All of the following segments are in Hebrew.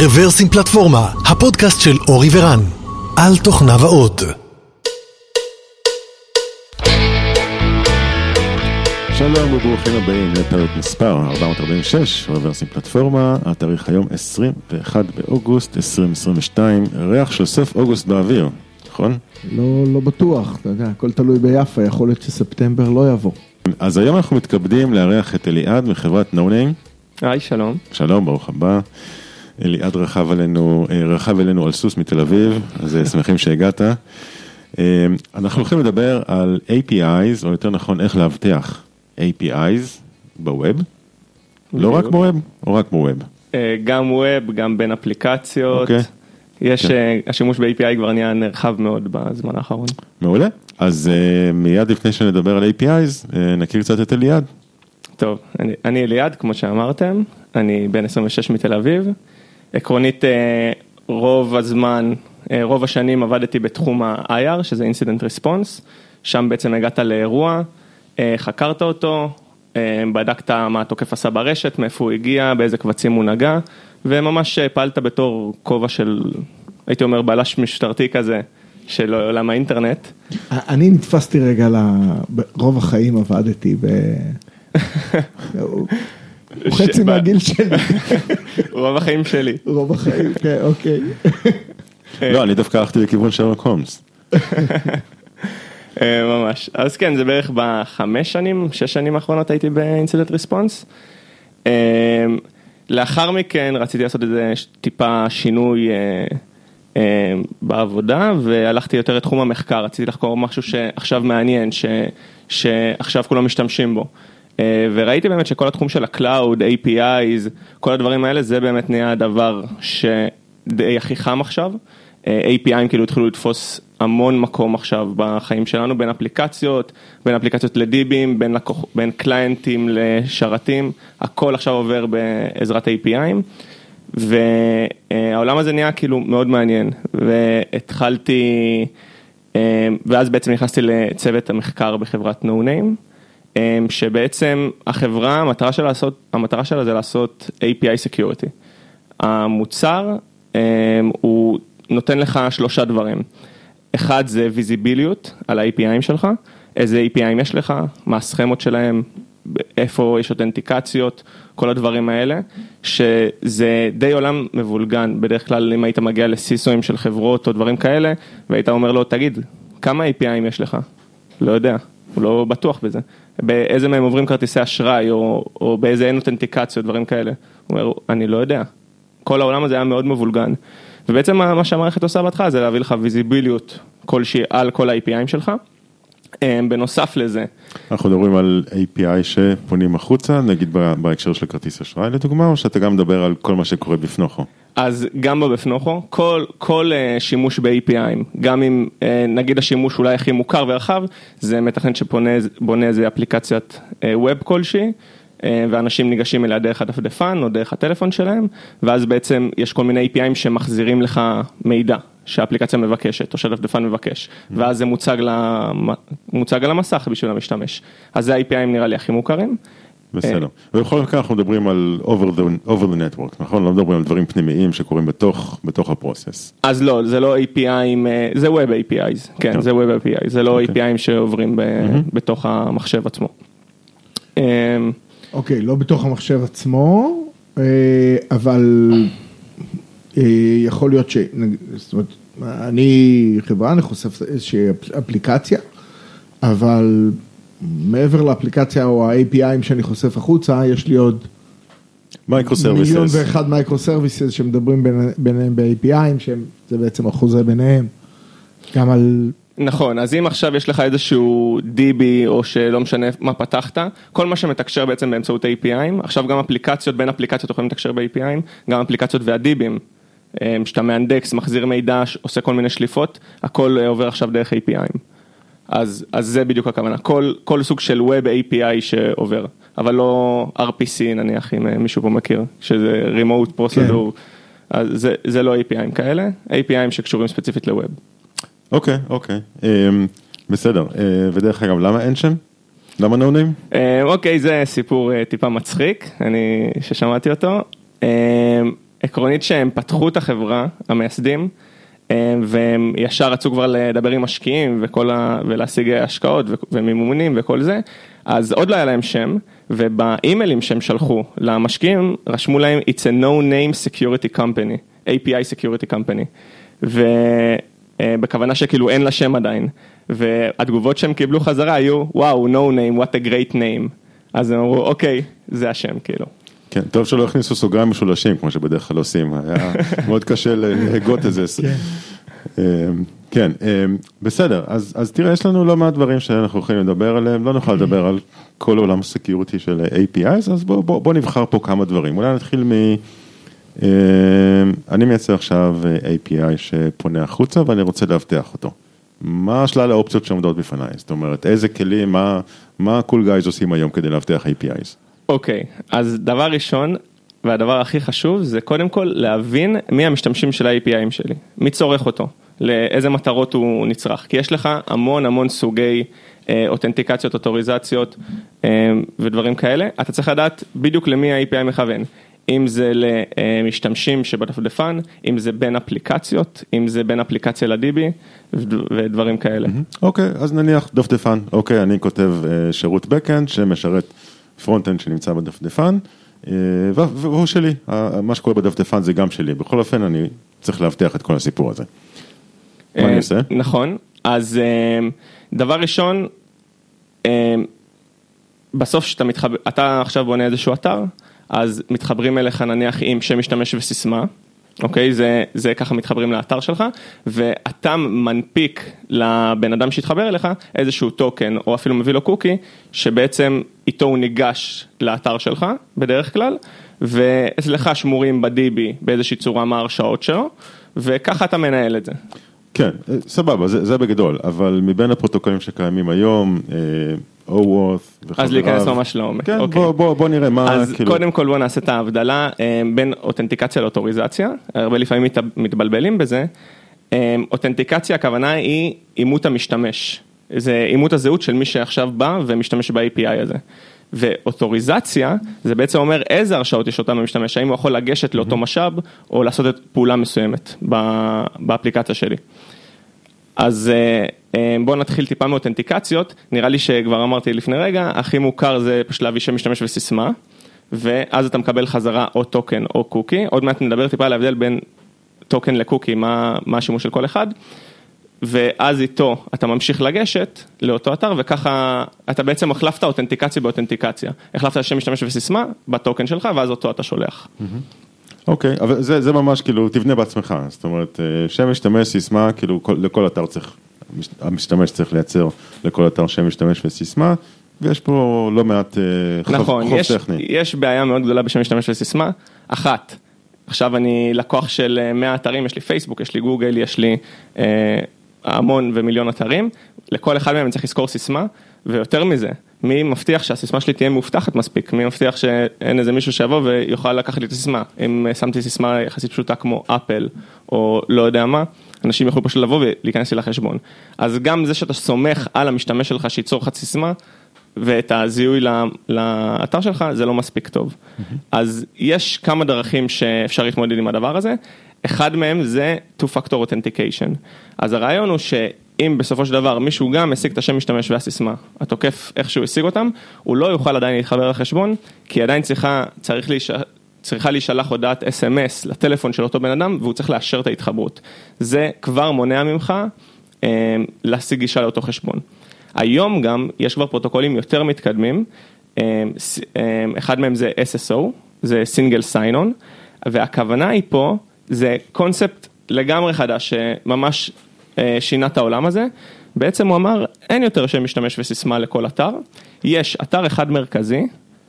רוורסים פלטפורמה, הפודקאסט של אורי ורן, על תוכנה ועוד. שלום וברוכים הבאים לפרק מספר 446, רוורסים פלטפורמה, התאריך היום 21 באוגוסט 2022, ריח של סוף אוגוסט באוויר, נכון? לא בטוח, אתה יודע, הכל תלוי ביפה, יכול להיות שספטמבר לא יבוא. אז היום אנחנו מתכבדים לארח את אליעד מחברת No Name. היי, שלום. שלום, ברוך הבא. אליעד רכב אלינו על סוס מתל אביב, אז שמחים שהגעת. אנחנו הולכים לדבר על APIs, או יותר נכון איך להבטיח APIs בווב. לא רק בווב, או רק בווב? גם ווב, גם בין אפליקציות. יש, השימוש ב-API כבר נהיה נרחב מאוד בזמן האחרון. מעולה. אז מיד לפני שנדבר על APIs, נכיר קצת את אליעד. טוב, אני אליעד, כמו שאמרתם, אני בן 26 מתל אביב. עקרונית, רוב השנים עבדתי בתחום ה-IR, שזה Incident Response, שם בעצם הגעת לאירוע, חקרת אותו, בדקת מה התוקף עשה ברשת, מאיפה הוא הגיע, באיזה קבצים הוא נגע, וממש פעלת בתור כובע של, הייתי אומר, בלש משטרתי כזה, של עולם האינטרנט. אני נתפסתי רגע ברוב החיים עבדתי הוא חצי מהגיל שלי. רוב החיים שלי. רוב החיים, כן, אוקיי. לא, אני דווקא הלכתי לכיוון שרלוק הולמס. ממש. אז כן, זה בערך ב6 שנים האחרונות הייתי באינסידנט ריספונס. לאחר מכן רציתי לעשות איזה טיפה שינוי בעבודה, והלכתי יותר לתחום המחקר. רציתי לחקור משהו שעכשיו מעניין, שעכשיו כולם משתמשים בו. וראיתי באמת שכל התחום של הקלאוד, APIs, כל הדברים האלה, זה באמת נהיה הדבר שדי הכי חם עכשיו. APIים כאילו התחילו לתפוס המון מקום עכשיו בחיים שלנו, בין אפליקציות לדיבים, בין קליינטים לשרתים, הכל עכשיו עובר בעזרת APIים, והעולם הזה נהיה כאילו מאוד מעניין, ואז בעצם נכנסתי לצוות המחקר בחברת No Name, שבעצם החברה, המטרה שלה זה לעשות API Security. המוצר הוא נותן לך 3 דברים. אחד זה ויזיביליות על ה-APIים שלך, איזה APIים יש לך, מה הסכמות שלהם, איפה יש אותנטיקציות, כל הדברים האלה, שזה די עולם מבולגן, בדרך כלל אם היית מגיע לסיסוים של חברות או דברים כאלה, והיית אומר לו, תגיד, כמה APIים יש לך? לא יודע, הוא לא בטוח בזה. באיזה מהם עוברים כרטיסי אשראי, או באיזה אין אותנטיקציות, דברים כאלה. הוא אומר, אני לא יודע. כל העולם הזה היה מאוד מבולגן. ובעצם מה שהמערכת עושה בהתחלה, זה להביא לך ויזיביליות כלשהי על כל ה-APIים שלך. בנוסף לזה. אנחנו מדברים על API שפונים החוצה, נגיד בהקשר של כרטיס אשראי לדוגמה, או שאתה גם מדבר על כל מה שקורה בפנוכו? אז גם בפנוכו, כל שימוש ב-APIים, גם אם נגיד השימוש אולי הכי מוכר ורחב, זה מתכנת שבונה איזה אפליקציית ווב כלשהי, ואנשים ניגשים אליה דרך הדפדפן או דרך הטלפון שלהם, ואז בעצם יש כל מיני APIים שמחזירים לך מידע שהאפליקציה מבקשת או שהדפדפן מבקש, ואז זה מוצג על המסך בשביל המשתמש. אז זה ה-APIים נראה לי הכי מוכרים. בסדר. ובכל מקרה אנחנו מדברים על over the network, נכון? לא מדברים על דברים פנימיים שקורים בתוך הפרוסס. אז לא, זה לא APIים, זה Web APIs, כן, זה Web APIs, זה לא APIים שעוברים בתוך המחשב עצמו. אוקיי, לא בתוך המחשב עצמו, אבל יכול להיות זאת אומרת, אני חושף איזושהי אפליקציה, אבל מעבר לאפליקציה או ה-APIים שאני חושף החוצה, יש לי עוד מיליון ואחד מייקרו-סרוויסס שמדברים ביניהם ב-APIים, שזה בעצם החוזה ביניהם, גם על... נכון, אז אם עכשיו יש לך איזשהו DB או שלא משנה מה פתחת, כל מה שמתקשר בעצם באמצעות APIים, עכשיו גם אפליקציות, בין אפליקציות יכולים לתקשר ב-APIים, גם אפליקציות וה-DBים, שאתה מאנדקס, מחזיר מידע, עושה כל מיני שליפות, הכל עובר עכשיו דרך APIים. אז זה בדיוק הכוונה, כל סוג של Web API שעובר, אבל לא RPC נניח, אם מישהו פה מכיר, שזה Remote Procedure, אז זה לא APIים כאלה, APIים שקשורים ספציפית ל-Web. אוקיי. בסדר. ודרך אגב, למה אין שם? למה no name? אוקיי, זה סיפור טיפה מצחיק, ששמעתי אותו. עקרונית שהם פתחו את החברה, המייסדים, והם ישר רצו כבר לדבר עם משקיעים ולהשיג השקעות ומימונים וכל זה, אז עוד לא היה להם שם, ובאימיילים שהם שלחו למשקיעים, רשמו להם It's a no-name security company, API security company, ובכוונה שכאילו אין לה שם עדיין, והתגובות שהם קיבלו חזרה היו, וואו, no name, what a great name, אז הם אמרו, אוקיי, זה השם כאילו. כן, טוב שלא הכניסו סוגריים משולשים, כמו שבדרך כלל עושים, היה מאוד קשה להגות את זה. כן, בסדר, אז תראה, יש לנו לא מעט דברים שאנחנו יכולים לדבר עליהם, לא נוכל לדבר על כל עולם הסקיוריטי של APIs, אז בוא נבחר פה כמה דברים. אולי נתחיל אני מייצר עכשיו API שפונה החוצה, ואני רוצה להבטח אותו. מה השלל האופציות שעומדות בפניי? זאת אומרת, איזה כלים, מה cool guys עושים היום כדי להבטח APIs? אוקיי, אז דבר ראשון, והדבר הכי חשוב, זה קודם כל להבין מי המשתמשים של ה-API'ים שלי, מי צורך אותו, לאיזה מטרות הוא נצרך, כי יש לך המון סוגי אותנטיקציות, אוטוריזציות ודברים כאלה, אתה צריך לדעת בדיוק למי ה-API מכוון, אם זה למשתמשים שבדפדפן, אם זה בין אפליקציות, אם זה בין אפליקציה ל-DB ודברים כאלה. אוקיי, אז נניח דפדפן, אוקיי, אני כותב שירות backend שמשרת פרונט-אנד שנמצא בדפדפן, והוא שלי, מה שקורה בדפדפן זה גם שלי, בכל אופן אני צריך להבטיח את כל הסיפור הזה. מה אני עושה? נכון, אז דבר ראשון, בסוף שאתה מתחבר, אתה עכשיו בונה איזשהו אתר, אז מתחברים אליך נניח עם שם משתמש וסיסמה, אוקיי? זה ככה מתחברים לאתר שלך, ואתה מנפיק לבן אדם שהתחבר אליך איזשהו טוקן, או אפילו מביא לו קוקי, שבעצם איתו הוא ניגש לאתר שלך, בדרך כלל, ואצלך שמורים ב-DB באיזושהי צורה מה ההרשאות שלו, וככה אתה מנהל את זה. כן, סבבה, זה בגדול, אבל מבין הפרוטוקולים שקיימים היום, OAuth וחבריו. אז להיכנס ממש לעומק. כן, בוא נראה מה... אז קודם כל בוא נעשה את ההבדלה בין אותנטיקציה לאוטוריזציה, הרבה לפעמים מתבלבלים בזה. אותנטיקציה, הכוונה היא אימות המשתמש. זה אימות הזהות של מי שעכשיו בא ומשתמש ב-API הזה. ואוטוריזציה, זה בעצם אומר איזה הרשאות יש אותם המשתמש, האם הוא יכול לגשת לאותו משאב, או לעשות את פעולה מסוימת באפליקציה שלי. אז בואו נתחיל טיפה מאותנטיקציות, נראה לי שכבר אמרתי לפני רגע, הכי מוכר זה פשוט להביא שם משתמש וסיסמה, ואז אתה מקבל חזרה או טוקן או קוקי, עוד מעט נדבר טיפה על ההבדל בין טוקן לקוקי, מה השימוש של כל אחד, ואז איתו אתה ממשיך לגשת לאותו אתר, וככה אתה בעצם החלפת אותנטיקציה באותנטיקציה. החלפת שם משתמש וסיסמה בטוקן שלך, ואז אותו אתה שולח. אוקיי, אבל זה ממש כאילו, תבנה בעצמך. זאת אומרת, שם משתמש, סיסמה, כאילו לכל אתר צריך, המשתמש צריך לייצר לכל אתר שם משתמש וסיסמה, ויש פה לא מעט חוב טכני. יש בעיה מאוד גדולה בשם משתמש וסיסמה. אחת, עכשיו אני לקוח של 100 אתרים, יש לי פייסבוק, יש לי גוגל, יש לי המון ומיליון אתרים, לכל אחד מהם אני צריך לזכור סיסמה, ויותר מזה, מי מבטיח שהסיסמה שלי תהיה מובטחת מספיק, מי מבטיח שאין איזה מישהו שיבוא ויוכל לקחת לי את הסיסמה, אם שמתי סיסמה יחסית פשוטה כמו אפל, או לא יודע מה, אנשים יכולו פשוט לבוא ולהיכנס לי לחשבון. אז גם זה שאתה סומך על המשתמש שלך שיצור לך סיסמה, ואת הזיהוי לאתר שלך, זה לא מספיק טוב. אז יש כמה דרכים שאפשר להתמודד עם הדבר הזה, אחד מהם זה Two-Factor Authentication. אז הרעיון הוא שאם בסופו של דבר מישהו גם השיג את השם משתמש והסיסמה, התוקף איכשהו השיג אותם, הוא לא יוכל עדיין להתחבר לחשבון, כי עדיין צריכה להישלח הודעת SMS לטלפון של אותו בן אדם, והוא צריך לאשר את ההתחברות. זה כבר מונע ממך להשיג גישה לאותו חשבון. היום גם יש כבר פרוטוקולים יותר מתקדמים, אחד מהם זה SSO, זה Single Sign-On, והכוונה היא פה, זה קונספט לגמרי חדש, שממש שינה את העולם הזה, בעצם הוא אמר, אין יותר שם משתמש וסיסמה לכל אתר, יש אתר אחד מרכזי,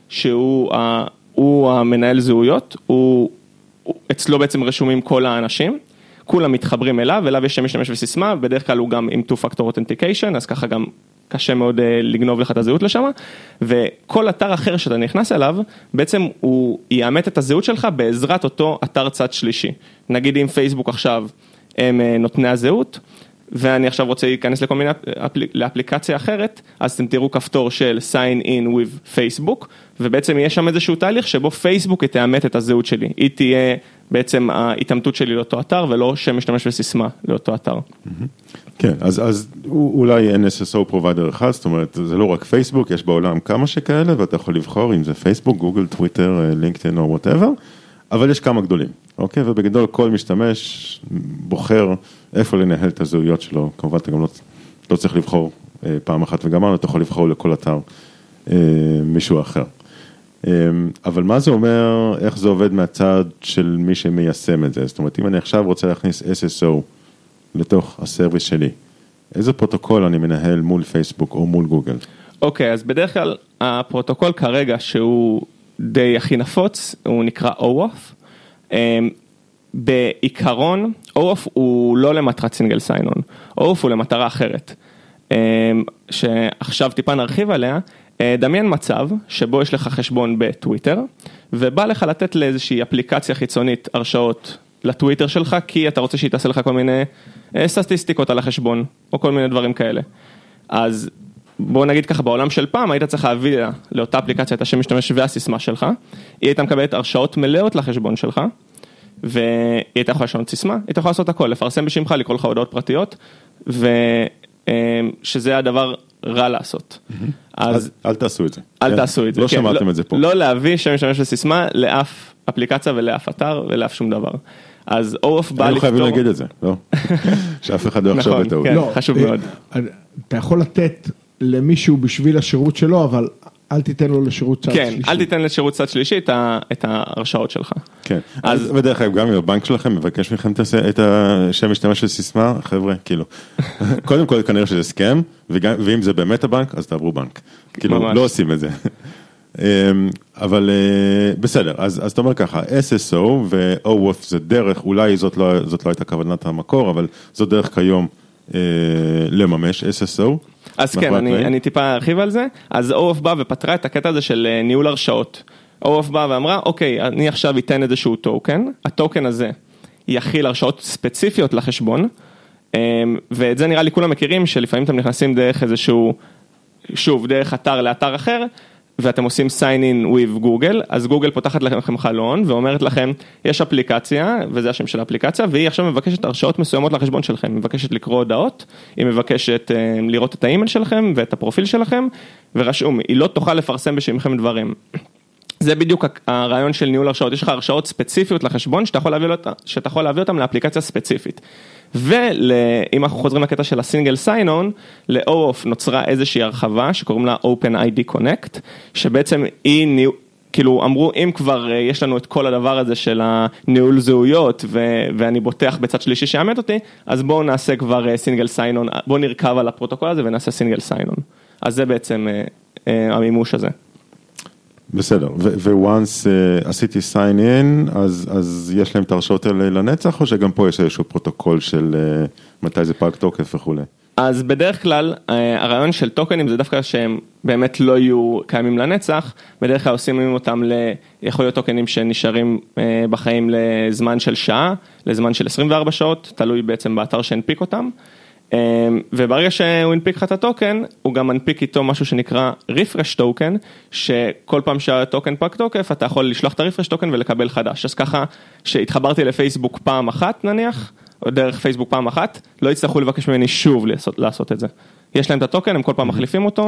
שהוא המנהל זהויות, אצלו בעצם רשומים כל האנשים, כולם מתחברים אליו יש שם משתמש וסיסמה, בדרך כלל הוא גם עם Two-Factor Authentication, אז ככה גם קשה מאוד לגנוב לך את הזהות לשם, וכל אתר אחר שאתה נכנס אליו, בעצם הוא יאמת את הזהות שלך בעזרת אותו אתר צד שלישי. נגיד אם פייסבוק עכשיו הם נותני הזהות, ואני עכשיו רוצה להיכנס לכל מיני לאפליקציה אחרת, אז אתם תראו כפתור של sign in with Facebook, ובעצם יהיה שם איזשהו תהליך שבו פייסבוק תאמת את הזהות שלי, היא תהיה בעצם ההתאמתות שלי לאותו אתר, ולא שמשתמש בסיסמה לאותו אתר. כן, אז אולי NSSO פרוביידר אחד, זאת אומרת, זה לא רק פייסבוק, יש בעולם כמה שכאלה, ואתה יכול לבחור אם זה פייסבוק, גוגל, טוויטר, לינקדאין או whatever, אבל יש כמה גדולים, אוקיי? ובגדול כל משתמש בוחר איפה לנהל את הזהויות שלו, כמובן אתה גם לא צריך לבחור פעם אחת וגמרנו, אתה יכול לבחור לכל אתר מישהו אחר. אבל מה זה אומר, איך זה עובד מהצד של מי שמיישם את זה? זאת אומרת, אם אני עכשיו רוצה להכניס SSO לתוך הסרוויס שלי, איזה פרוטוקול אני מנהל מול פייסבוק או מול גוגל? אוקיי, אז בדרך כלל הפרוטוקול כרגע שהוא די הכי נפוץ, הוא נקרא OAuth. בעיקרון, OAuth הוא לא למטרת סינגל סיינון, OAuth הוא למטרה אחרת, שעכשיו טיפה נרחיב עליה. דמיין מצב שבו יש לך חשבון בטוויטר, ובא לך לתת לאיזושהי אפליקציה חיצונית הרשאות לטוויטר שלך, כי אתה רוצה שהיא תעשה לך כל מיני סטטיסטיקות על החשבון, או כל מיני דברים כאלה. אז בוא נגיד ככה, בעולם של פעם, היית צריך להביא לאותה אפליקציה את השם משתמש והסיסמה שלך, היא הייתה מקבלת הרשאות מלאות לחשבון שלך, והיא הייתה יכולה לשנות סיסמה, היא הייתה יכולה לעשות הכל, לפרסם בשמך, לקרוא לך הודעות פרטיות, שזה הדבר רע לעשות. אז אל תעשו את זה. אל תעשו את זה. לא שמעתם את זה פה. לא להביא שם משתמש וסיסמה לאף אפליקציה ולאף אתר ולאף שום דבר. אז OAuth בא לפתור... היינו חייבים להגיד את זה, לא? שאף אחד לא יחשוב את זה. נכון, חשוב מאוד. אתה יכול לתת למישהו בשביל השירות שלו, אבל אל תיתן לו לשירות צד שלישי. כן, אל תיתן לשירות צד שלישי את ההרשאות שלך. כן, אז בדרך כלל גם אם הבנק שלכם מבקש מכם את השם משתמש של סיסמה, חבר'ה, כאילו, קודם כל כנראה שזה סקאם, ואם זה באמת הבנק, אז תעברו בנק. כאילו, לא עושים את זה. אבל בסדר, אז אתה אומר ככה, SSO ו-OAuth זה דרך, אולי זאת לא הייתה כוונת המקור, אבל זאת דרך כיום לממש SSO. אז כן, אני טיפה ארחיב על זה. אז OAuth בא ופתרה את הקטע הזה של ניהול הרשאות. OAuth בא ואמרה, אוקיי, אני עכשיו אתן איזשהו טוקן, הטוקן הזה יכיל הרשאות ספציפיות לחשבון, ואת זה נראה לי כולם מכירים, שלפעמים אתם נכנסים דרך איזשהו, שוב, דרך אתר לאתר אחר, ואתם עושים sign in with גוגל, אז גוגל פותחת לכם חלון, ואומרת לכם, יש אפליקציה, וזה השם של האפליקציה, והיא עכשיו מבקשת הרשאות מסוימות לחשבון שלכם, היא מבקשת לקרוא הודעות, היא מבקשת לראות את האימייל שלכם, ואת הפרופיל שלכם, ורשום, היא לא תוכל לפרסם בשמכם דברים. זה בדיוק הרעיון של ניהול הרשאות, יש לך הרשאות ספציפיות לחשבון, שאתה יכול להביא אותם לאפליקציה ספציפית. ואם אנחנו חוזרים לקטע של הסינגל סיין-און, ל-OAuth נוצרה איזושהי הרחבה שקוראים לה OpenID Connect, שבעצם היא, כאילו אמרו, אם כבר יש לנו את כל הדבר הזה של הניהול זהויות, ואני בוטח בצד שלישי שיאמת אותי, אז בואו נעשה כבר סינגל סיין-און, בואו נרכב על הפרוטוקול הזה ונעשה סינגל סיין-און. אז זה בעצם המימוש הזה. בסדר, ו-once עשיתי sign in, אז יש להם את הרשאות האלה לנצח, או שגם פה יש איזשהו פרוטוקול של מתי זה פג תוקף וכו'? אז בדרך כלל, הרעיון של טוקנים זה דווקא שהם באמת לא יהיו קיימים לנצח, בדרך כלל עושים אותם יכול להיות טוקנים שנשארים בחיים לזמן של שעה, לזמן של 24 שעות, תלוי בעצם באתר שהנפיק אותם, וברגע שהוא הנפיק לך את הטוקן, הוא גם מנפיק איתו משהו שנקרא refresh token, שכל פעם שהטוקן פג תוקף, אתה יכול לשלוח את ה-refresh token ולקבל חדש. אז ככה, שהתחברתי לפייסבוק פעם אחת נניח, או דרך פייסבוק פעם אחת, לא יצטרכו לבקש ממני שוב לעשות את זה. יש להם את הטוקן, הם כל פעם מחליפים אותו.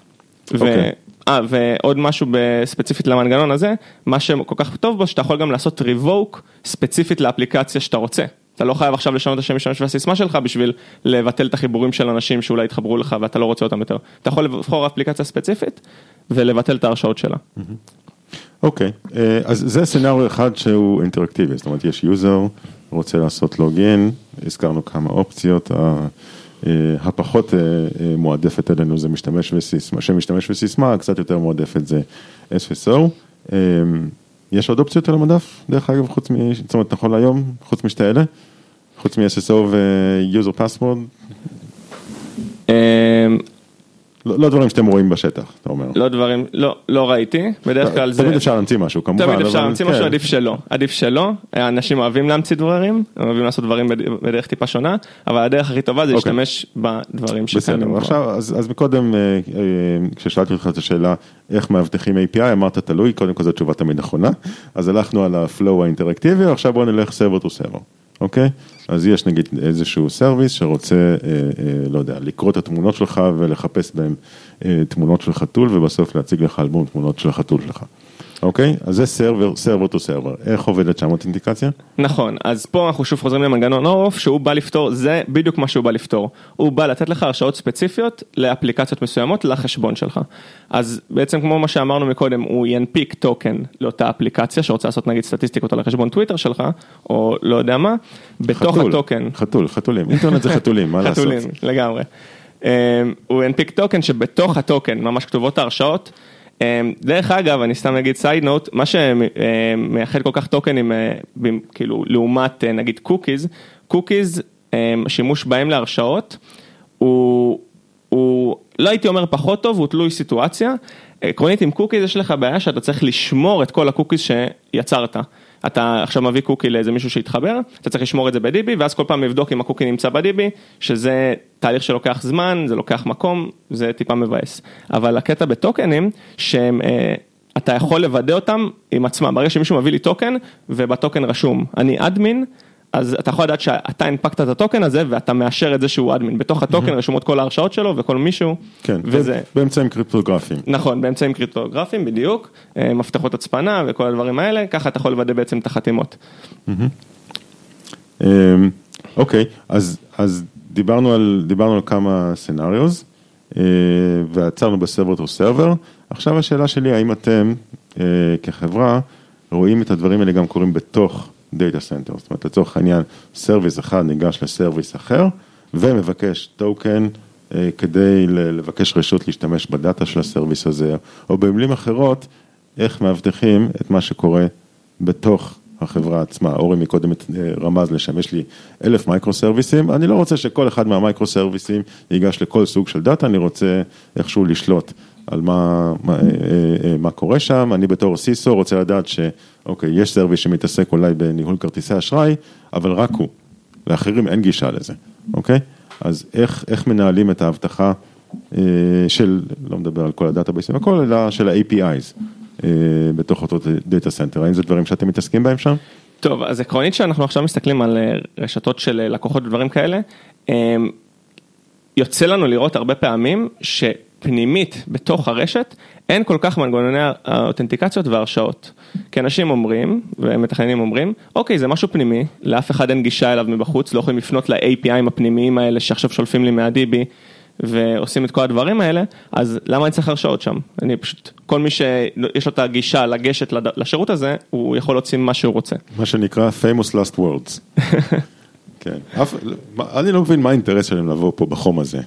ועוד משהו ספציפית למנגנון הזה, מה שכל כך טוב בו, שאתה יכול גם לעשות revoke ספציפית לאפליקציה שאתה רוצה. אתה לא חייב עכשיו לשנות את השם משתמש והסיסמה שלך בשביל לבטל את החיבורים של אנשים שאולי יתחברו לך ואתה לא רוצה אותם יותר. אתה יכול לבחור אפליקציה ספציפית ולבטל את ההרשאות שלה. אוקיי, אז זה סצנריו אחד שהוא אינטראקטיבי, זאת אומרת יש יוזר, רוצה לעשות לוגין, הזכרנו כמה אופציות, הפחות מועדפת אלינו זה משתמש וסיסמה, שמשתמש וסיסמה, קצת יותר מועדפת זה SSO, יש עוד אופציות על המדף, דרך אגב, זאת אומרת, נכון להיום, חוץ משתי אלה? חוץ מ-SSO ו-User Password? לא דברים שאתם רואים בשטח, אתה אומר. לא דברים, לא ראיתי, בדרך כלל זה... תמיד אפשר להמציא משהו, כמובן. תמיד אפשר להמציא משהו, עדיף שלא. אנשים אוהבים להמציא דברים, הם אוהבים לעשות דברים בדרך טיפה שונה, אבל הדרך הכי טובה זה להשתמש בדברים שקיימים. עכשיו, אז מקודם, כששאלתי אותך את השאלה, איך מאבטחים API, אמרת תלוי, קודם כל זו תשובה תמיד נכונה, אז הלכנו על הפלואו האינטראקטיבי, עכשיו בואו נלך server to server. אוקיי? אז יש נגיד איזשהו סרוויס שרוצה, לא יודע, לקרוא את התמונות שלך ולחפש בהם תמונות של חתול, ובסוף להציג לך אלבום תמונות של החתול שלך. אוקיי? אז זה server to server. איך עובדת שם אותנטיקציה? נכון, אז פה אנחנו שוב חוזרים למנגנון OAuth, שהוא בא לפתור, זה בדיוק מה שהוא בא לפתור. הוא בא לתת לך הרשאות ספציפיות לאפליקציות מסוימות לחשבון שלך. אז בעצם כמו מה שאמרנו מקודם, הוא ינפיק טוקן לאותה אפליקציה, שרוצה לעשות נגיד סטטיסטיקות על החשבון טוויטר שלך, או לא יודע מה, בתוך הטוקן. חתולים. אינטרנט זה חתולים, מה לעשות? חתולים, לגמרי. הוא ינפיק טוקן שבתוך הטוקן, ממש כתובות ההרשאות, דרך אגב, אני סתם נגיד סייד נוט, מה שמייחד כל כך טוקנים, כאילו, לעומת נגיד קוקיז, השימוש בהם להרשאות, הוא לא הייתי אומר פחות טוב, הוא תלוי סיטואציה. עקרונית עם קוקיז יש לך בעיה שאתה צריך לשמור את כל הקוקיז שיצרת. אתה עכשיו מביא קוקי לאיזה מישהו שהתחבר, אתה צריך לשמור את זה ב-DB, ואז כל פעם לבדוק אם הקוקי נמצא ב-DB, שזה תהליך שלוקח זמן, זה לוקח מקום, זה טיפה מבאס. אבל הקטע בטוקנים, שאתה יכול לוודא אותם עם עצמם, ברגע שמישהו מביא לי טוקן, ובטוקן רשום, אני אדמין, אז אתה יכול לדעת שאתה הנפקת את הטוקן הזה, ואתה מאשר את זה שהוא אדמין. בתוך הטוקן רשומות כל ההרשאות שלו, וכל מישהו. כן, באמצעים קריפטוגרפיים. נכון, באמצעים קריפטוגרפיים, בדיוק. מפתחות הצפנה וכל הדברים האלה, ככה אתה יכול לוודא בעצם את החתימות. אוקיי, אז דיברנו על כמה סנריוז, ועצרנו בסרבר טו סרבר. עכשיו השאלה שלי, האם אתם כחברה רואים את הדברים האלה גם קוראים בתוך דאטה סנטר, זאת אומרת, לצורך העניין, סרוויס אחד ניגש לסרוויס אחר, ומבקש טוקן כדי לבקש רשות להשתמש בדאטה של הסרוויס הזה, או במילים אחרות, איך מאבטחים את מה שקורה בתוך החברה עצמה. אורי מקודם רמז לשם, יש לי 1,000 מייקרו-סרוויסים, אני לא רוצה שכל אחד מהמייקרו-סרוויסים ייגש לכל סוג של דאטה, אני רוצה איכשהו לשלוט על מה קורה שם, אני בתור סיסו רוצה לדעת שאוקיי, יש סרוויס שמתעסק אולי בניהול כרטיסי אשראי, אבל רק הוא, לאחרים אין גישה לזה, אוקיי? אז איך מנהלים את ההבטחה של, לא מדבר על כל הדאטאבייסים, הכל, אלא של ה-APIs בתוך אותו דאטה סנטר, האם זה דברים שאתם מתעסקים בהם שם? טוב, אז עקרונית שאנחנו עכשיו מסתכלים על רשתות של לקוחות ודברים כאלה, יוצא לנו לראות הרבה פעמים פנימית בתוך הרשת, אין כל כך מנגנוני האותנטיקציות והרשאות. כי אנשים אומרים, ומתכננים אומרים, אוקיי, זה משהו פנימי, לאף אחד אין גישה אליו מבחוץ, לא יכולים לפנות ל-API'ים הפנימיים האלה, שעכשיו שולפים לי מה-DB, ועושים את כל הדברים האלה, אז למה אני צריך הרשאות שם? אני פשוט, כל מי שיש לו את הגישה לגשת לשירות הזה, הוא יכול להוציא מה שהוא רוצה. מה שנקרא famous last words. כן. אני לא מבין מה האינטרס שלהם לבוא פה בחום הזה.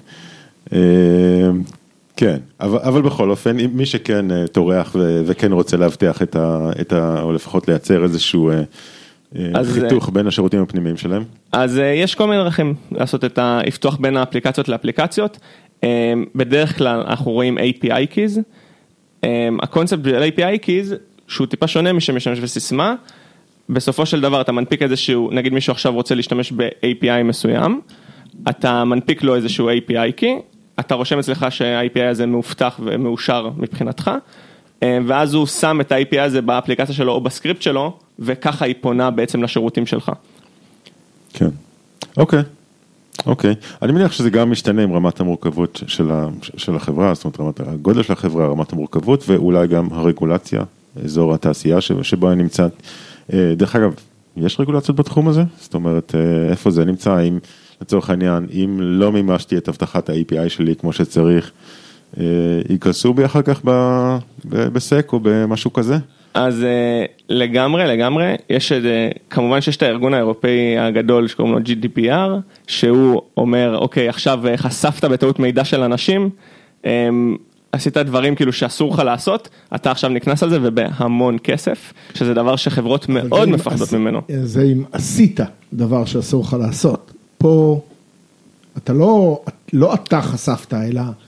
כן, אבל בכל אופן, מי שכן טורח וכן רוצה להבטיח או לפחות לייצר איזשהו חיתוך בין השירותים הפנימיים שלהם. אז יש כל מיני דרכים לעשות את ההפתוח בין האפליקציות לאפליקציות. בדרך כלל אנחנו רואים API keys. הקונספט של API keys, שהוא טיפה שונה משמשתמש בסיסמה, בסופו של דבר אתה מנפיק איזשהו, נגיד מישהו עכשיו רוצה להשתמש ב-API מסוים, אתה מנפיק לו איזשהו API key, אתה רושם אצלך שה-API הזה מאובטח ומאושר מבחינתך, ואז הוא שם את ה-API הזה באפליקציה שלו או בסקריפט שלו, וככה היא פונה בעצם לשירותים שלך. כן, אוקיי. אני מניח שזה גם משתנה עם רמת המורכבות של החברה, זאת אומרת רמת הגודל של החברה, רמת המורכבות, ואולי גם הרגולציה, אזור התעשייה שבו היא נמצאת. דרך אגב, יש רגולציות בתחום הזה? זאת אומרת, איפה זה נמצא? אם לצורך העניין, אם לא מימשתי את הבטחת ה-API שלי כמו שצריך, ייכנסו בי אחר כך בסק או במשהו כזה? אז לגמרי, יש כמובן שיש את הארגון האירופאי הגדול שקוראים לו GDPR, שהוא אומר, אוקיי, עכשיו חשפת בטעות מידע של אנשים, עשית דברים כאילו שאסור לך לעשות, אתה עכשיו נכנס על זה ובהמון כסף, שזה דבר שחברות מאוד מפחדות ממנו. זה אם עשית דבר שאסור לך לעשות. פה, אתה לא אתה חשפת, אלא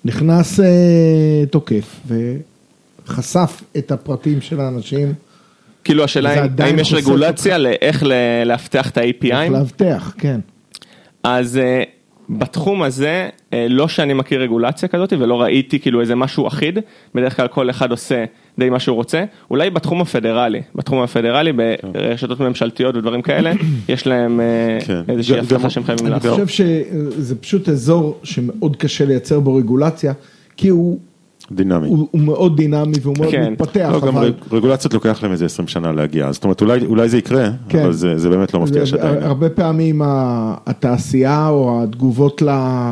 נכנס תוקף וחשף את הפרטים של האנשים. כאילו השאלה האם יש רגולציה לאיך להבטח את ה-API? איך להבטח, כן. אז בתחום הזה, לא שאני מכיר רגולציה כזאת, ולא ראיתי כאילו איזה משהו אחיד, בדרך כלל כל אחד עושה די מה שהוא רוצה, אולי בתחום הפדרלי, ברשתות ממשלתיות ודברים כאלה, יש להם איזושהי הבטחה שהם חייבים לעשות. אני חושב שזה פשוט אזור שמאוד קשה לייצר בו רגולציה, כי הוא דינמי. הוא מאוד דינמי והוא מאוד מתפתח. לא, גם רגולציות לוקח להם איזה 20 שנה להגיע, זאת אומרת אולי זה יקרה, אבל זה באמת לא מבטיח שעדיין. הרבה פעמים התעשייה או התגובות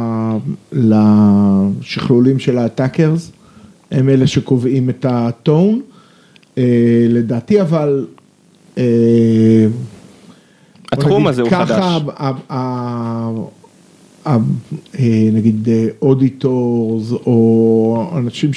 לשכלולים של האטאקרס, הם אלה שקובעים את הטון, לדעתי אבל התחום הזה הוא חדש. נגיד אודיטורס או אנשים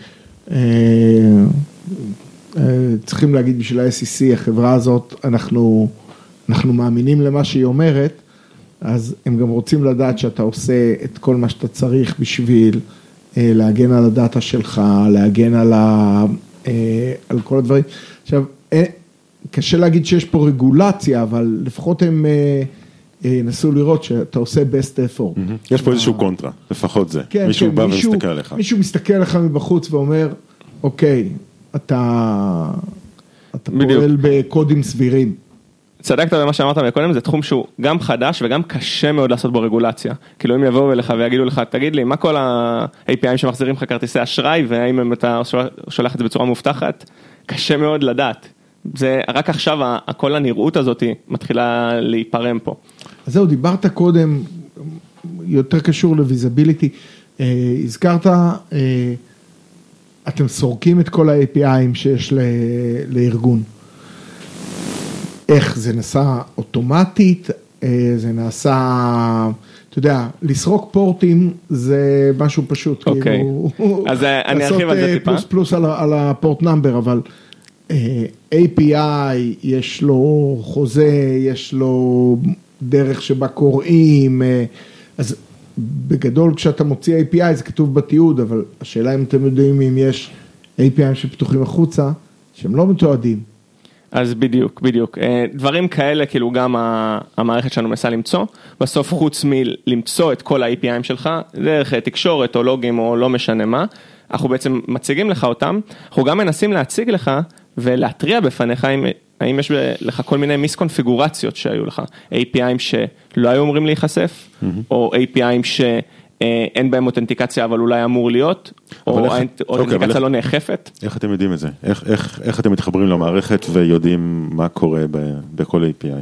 שצריכים להגיד בשביל ה-SEC, החברה הזאת, אנחנו מאמינים למה שהיא אומרת, אז הם גם רוצים לדעת שאתה עושה את כל מה שאתה צריך בשביל להגן על הדאטה שלך, להגן על כל הדברים. עכשיו, קשה להגיד שיש פה רגולציה, אבל לפחות הם נסו לראות שאתה עושה best effort. יש פה איזשהו קונטרה, לפחות זה. מישהו בא ומסתכל עליך. מישהו מסתכל עליך מבחוץ ואומר, אוקיי, אתה פועל בקודים סבירים. צדקת במה שאמרת מקודם, זה תחום שהוא גם חדש וגם קשה מאוד לעשות בו רגולציה. כאילו אם יבואו אליך ויגידו לך, תגיד לי, מה כל ה-API'ים שמחזירים לך כרטיסי אשראי, והאם אתה שולח את זה בצורה מובטחת? קשה מאוד לדעת. זה רק עכשיו, כל הנראות הזאת מתחילה להיפרם פה. אז זהו, דיברת קודם, יותר קשור לוויזיביליטי, הזכרת, אתם סורקים את כל ה-API'ים שיש לארגון. איך זה נעשה אוטומטית, זה נעשה, אתה יודע, לסרוק פורטים זה משהו פשוט. אוקיי, אז אני ארחיב על זה טיפה. לעשות פלוס על הפורט נאמבר, אבל API, יש לו חוזה, יש לו דרך שבה קוראים, אז בגדול כשאתה מוציא API זה כתוב בתיעוד, אבל השאלה אם אתם יודעים אם יש API שפתוחים החוצה, שהם לא מתועדים. אז בדיוק. דברים כאלה, כאילו גם המערכת שלנו מנסה למצוא, בסוף חוץ מלמצוא את כל ה-API'ים שלך, דרך תקשורת או לוגים או לא משנה מה, אנחנו בעצם מציגים לך אותם, אנחנו גם מנסים להציג לך ולהטריע בפניך האם יש לך כל מיני מיסקונפיגורציות שהיו לך, API'ים שלא היו אומרים להיחשף, או API'ים שאין בהם אותנטיקציה אבל אולי אמור להיות, או אותנטיקציה לא נאכפת. איך אתם יודעים את זה? איך אתם מתחברים למערכת ויודעים מה קורה בכל API?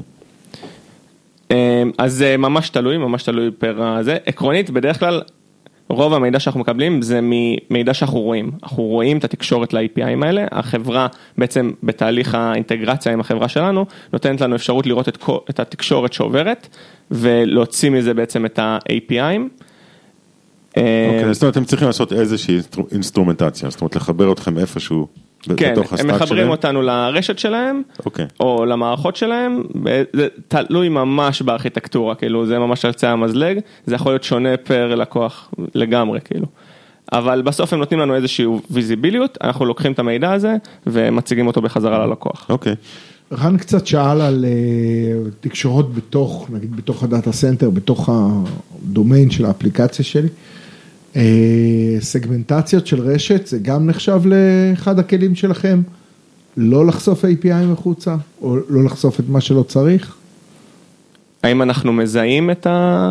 אז זה ממש תלוי פר זה. עקרונית, בדרך כלל, רוב המידע שאנחנו מקבלים זה ממידע שאנחנו רואים. אנחנו רואים את התקשורת ל-API'ים האלה, החברה בעצם בתהליך האינטגרציה עם החברה שלנו, נותנת לנו אפשרות לראות את התקשורת שעוברת, ולהוציא מזה בעצם את ה-API'ים. אוקיי, זאת אומרת, אתם צריכים לעשות איזושהי אינסטרומנטציה, זאת אומרת, לחבר אתכם איפשהו כן, הם מחברים אותנו לרשת שלהם, או למערכות שלהם, זה תלוי ממש בארכיטקטורה, כאילו, זה ממש על קצה המזלג, זה יכול להיות שונה פר לקוח לגמרי, כאילו. אבל בסוף הם נותנים לנו איזושהי ויזיביליות, אנחנו לוקחים את המידע הזה, ומציגים אותו בחזרה ללקוח. אוקיי. רן קצת שאל על תקשורות בתוך, נגיד, בתוך הדאטה סנטר, בתוך הדומיין של האפליקציה שלי. סגמנטציות של רשת, זה גם נחשב לאחד הכלים שלכם, לא לחשוף API מחוצה, או לא לחשוף את מה שלא צריך? האם אנחנו מזהים את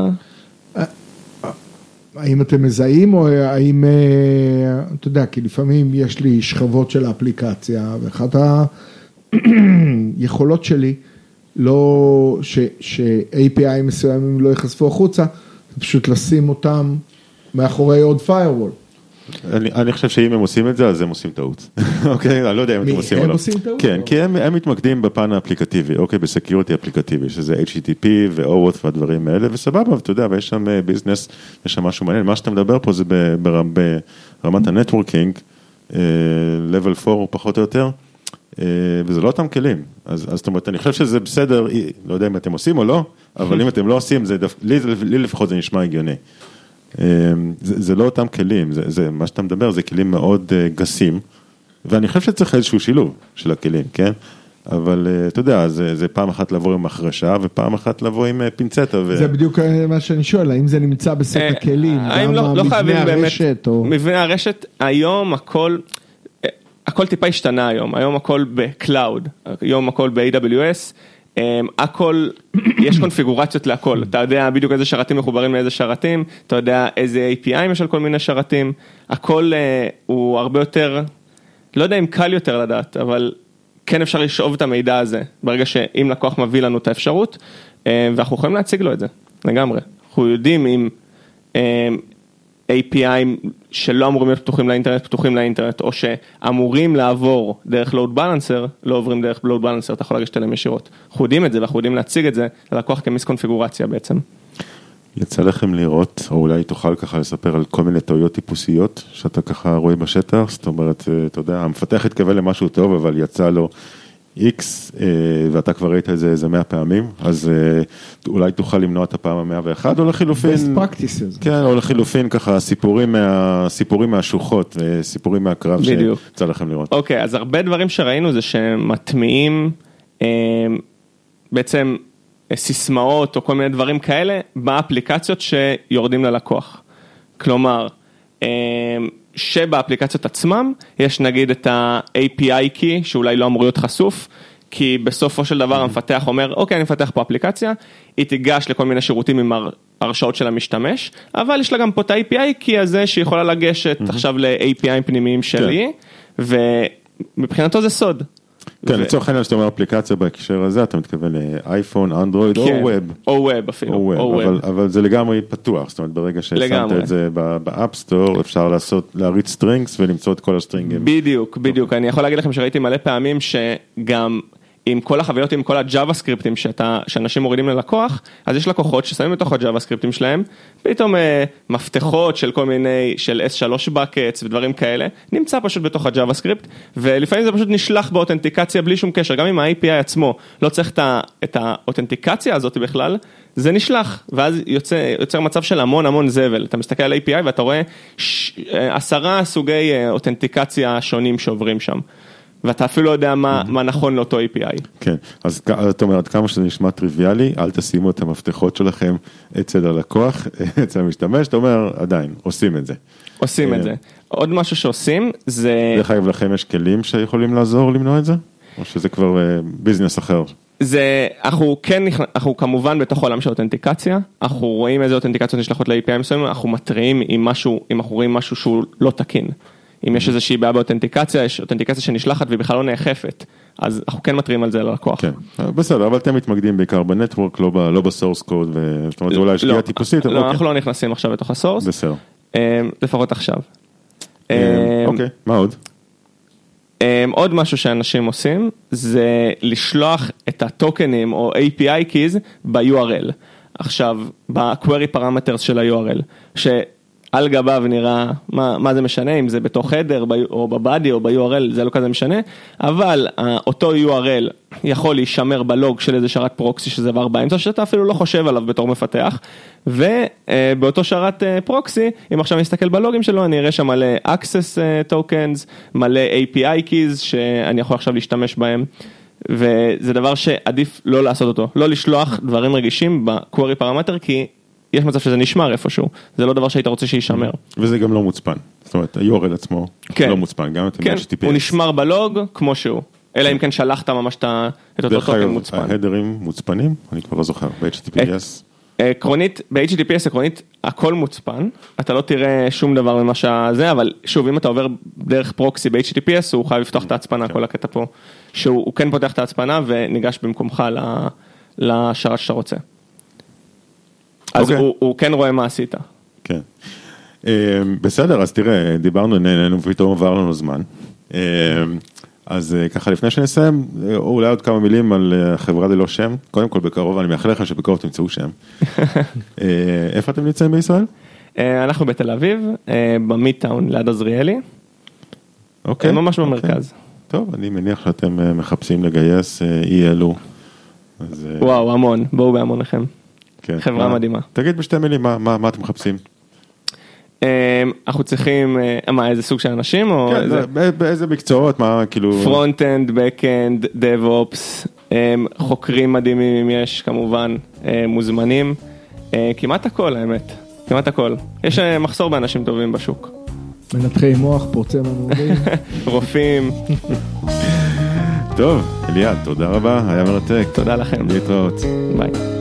האם אתם מזהים, או האם, אתה יודע, כי לפעמים יש לי שכבות של האפליקציה, ואחת היכולות שלי, לא, ש-API מסוימים לא יחשפו החוצה, זה פשוט לשים אותם מאחורי עוד firewall. אני חושב שאם הם עושים את זה, אז הם עושים טעות. אוקיי? אני לא יודע אם אתם עושים או לא. הם עושים טעות? כן, כי הם מתמקדים בפן האפליקטיבי, אוקיי? בסקיוריטי אפליקטיבי, שזה HTTP ו-OAuth והדברים האלה, וסבבה, ואתה יודע, ויש שם ביזנס, יש שם משהו מעניין. מה שאתה מדבר פה זה ברמת הנטוורקינג, level 4 פחות או יותר, וזה לא אותם כלים. אז זאת אומרת, אני חושב שזה בסדר, לא יודע אם אתם עושים או לא, אבל אם אתם לא עושים, לי לפחות זה נשמע הגיוני. זה לא אותם כלים, זה מה שאתה מדבר, זה כלים מאוד גסים, ואני חושב שצריך איזשהו שילוב של הכלים, כן? אבל אתה יודע, זה פעם אחת לבוא עם החרשה, ופעם אחת לבוא עם פינצטה. זה בדיוק מה שאני שואל, האם זה נמצא בסט הכלים, האם לא חייבים באמת, מבנה הרשת, היום הכל טיפה השתנה היום הכל בקלאוד, היום הכל ב-AWS, הכל, יש קונפיגורציות להכל, אתה יודע בדיוק איזה שרתים מחוברים לאיזה שרתים, אתה יודע איזה API יש על כל מיני שרתים, הכל הוא הרבה יותר, לא יודע אם קל יותר לדעת, אבל כן אפשר לשאוב את המידע הזה, ברגע שאם לקוח מביא לנו את האפשרות, ואנחנו יכולים להציג לו את זה, לגמרי. אנחנו יודעים אם API שלא אמורים להיות פתוחים לאינטרנט, או שאמורים לעבור דרך Load Balancer, לא עוברים דרך Load Balancer, אתה יכול לגשת אליהם ישירות. אנחנו יודעים את זה, ואנחנו יודעים להציג את זה ללקוח כמיסקונפיגורציה בעצם. יצא לכם לראות, או אולי תוכל ככה לספר על כל מיני טעויות טיפוסיות, שאתה ככה רואה בשטח, זאת אומרת, אתה יודע, המפתח התכוון למשהו טוב, אבל יצא לו X, ואתה כבר ראית את זה איזה 100 פעמים, אז אולי תוכל למנוע את הפעם ה-101, או לחילופין, best practices. כן, או לחילופין ככה, סיפורים מהשוחות, סיפורים מהקרב שיצא לכם לראות. אוקיי, אז הרבה דברים שראינו זה שמטמיעים, בעצם, סיסמאות או כל מיני דברים כאלה, באפליקציות שיורדים ללקוח. כלומר, שבאפליקציות עצמם, יש נגיד את ה-API key, שאולי לא אמור להיות חשוף, כי בסופו של דבר המפתח אומר, אוקיי, אני מפתח פה אפליקציה, היא תיגש לכל מיני שירותים עם הרשאות של המשתמש, אבל יש לה גם פה את ה-API key הזה, שיכולה לגשת עכשיו ל-API פנימיים שלי, ומבחינתו זה סוד. כן, לצורך העניין שאתה אומר אפליקציה בהקשר הזה, אתה מתכוון לאייפון, אנדרואיד או ווב. או ווב אפילו. אבל זה לגמרי פתוח, זאת אומרת ברגע ששמת את זה באפסטור, אפשר להריץ סטרינגס ולמצוא את כל הסטרינגים. בדיוק. אני יכול להגיד לכם שראיתי מלא פעמים שגם עם כל החוויות, עם כל הג'אווה סקריפטים שאנשים מורידים ללקוח, אז יש לקוחות ששמים לתוך הג'אווה סקריפטים שלהם, פתאום מפתחות של כל מיני, של S3 buckets ודברים כאלה, נמצא פשוט בתוך הג'אווה סקריפט, ולפעמים זה פשוט נשלח באותנטיקציה בלי שום קשר, גם אם ה-API עצמו לא צריך את האותנטיקציה הזאת בכלל, זה נשלח, ואז יוצר מצב של המון זבל, אתה מסתכל על API ואתה רואה 10 סוגי אותנטיקציה שונים שעוברים שם. ואתה אפילו לא יודע מה נכון לאותו API. כן, אז אתה אומר, עד כמה שזה נשמע טריוויאלי, אל תשימו את המפתחות שלכם אצל הלקוח, אצל המשתמש, אתה אומר, עדיין, עושים את זה. עושים את זה. עוד משהו שעושים, זה... דרך אגב, לכם יש כלים שיכולים לעזור למנוע את זה? או שזה כבר ביזנס אחר? אנחנו כמובן בתוך העולם של אותנטיקציה, אנחנו רואים איזה אותנטיקציות נשלחות ל-API מסוימים, אנחנו מתריעים אם אנחנו רואים משהו שהוא לא תקין. אם יש איזושהי בעיה באותנטיקציה, יש אותנטיקציה שנשלחת והיא בכלל לא נאכפת, אז אנחנו כן מטרים על זה ללקוח. כן, בסדר, אבל אתם מתמקדים בעיקר בנטוורק, לא בסורס קוד, זאת אומרת, זה אולי שגיאה טיפוסית. לא, אנחנו לא נכנסים עכשיו לתוך הסורס. בסדר. לפחות עכשיו. אוקיי, מה עוד? עוד משהו שאנשים עושים, זה לשלוח את הטוקנים או API keys ב-URL. עכשיו, ב-query parameters של ה-URL, על גביו נראה מה זה משנה, אם זה בתוך header או בבאדי או ב-URL, זה לא כזה משנה, אבל אותו URL יכול להישמר בלוג של איזה שרת פרוקסי שזה עבר באמצע, שאתה אפילו לא חושב עליו בתור מפתח, ובאותו שרת פרוקסי, אם עכשיו נסתכל בלוגים שלו, אני אראה שם מלא access tokens, מלא API keys, שאני יכול עכשיו להשתמש בהם, וזה דבר שעדיף לא לעשות אותו, לא לשלוח דברים רגישים ב-query parameter, כי יש מצב שזה נשמר איפשהו, זה לא דבר שהיית רוצה שישמר. וזה גם לא מוצפן, זאת אומרת, ה-URL עצמו לא מוצפן, גם את HTTPS. כן, הוא נשמר בלוג כמו שהוא, אלא אם כן שלחת ממש את אותו טוקן מוצפן. דרך אגב, ההדרים מוצפנים, אני כבר לא זוכר, ב-HTTPS. עקרונית, ב-HTTPS עקרונית, הכל מוצפן, אתה לא תראה שום דבר ממה שזה, אבל שוב, אם אתה עובר דרך פרוקסי ב-HTTPS, הוא חייב לפתוח את ההצפנה, כל הקטע פה, שהוא כן פותח את ההצפנה וניגש במקומך לשרת שאתה רוצה. אז הוא כן רואה מה עשית. כן. בסדר, אז תראה, דיברנו, נהנינו, ופתאום עבר לנו זמן. אז ככה לפני שנסיים, אולי עוד כמה מילים על חברה ללא שם. קודם כל בקרוב, אני מאחל לך שבקרוב תמצאו שם. איפה אתם נמצאים בישראל? אנחנו בתל אביב, במידטאון ליד עזריאלי. אוקיי. ממש במרכז. טוב, אני מניח שאתם מחפשים לגייס אי אלו. וואו, המון, בואו בהמוניכם. חברה מדהימה. תגיד בשתי מילים, מה אתם מחפשים? אנחנו צריכים, איזה סוג של אנשים? כן, באיזה מקצועות, מה כאילו... פרונט-אנד, בק-אנד, דב-אופס, חוקרים מדהימים אם יש כמובן, מוזמנים, כמעט הכל האמת, כמעט הכל. יש מחסור באנשים טובים בשוק. מנתחי מוח, פורצי מנהיגים. רופאים. טוב, אליעד, תודה רבה, היה מרתק. תודה לכם. להתראות. ביי.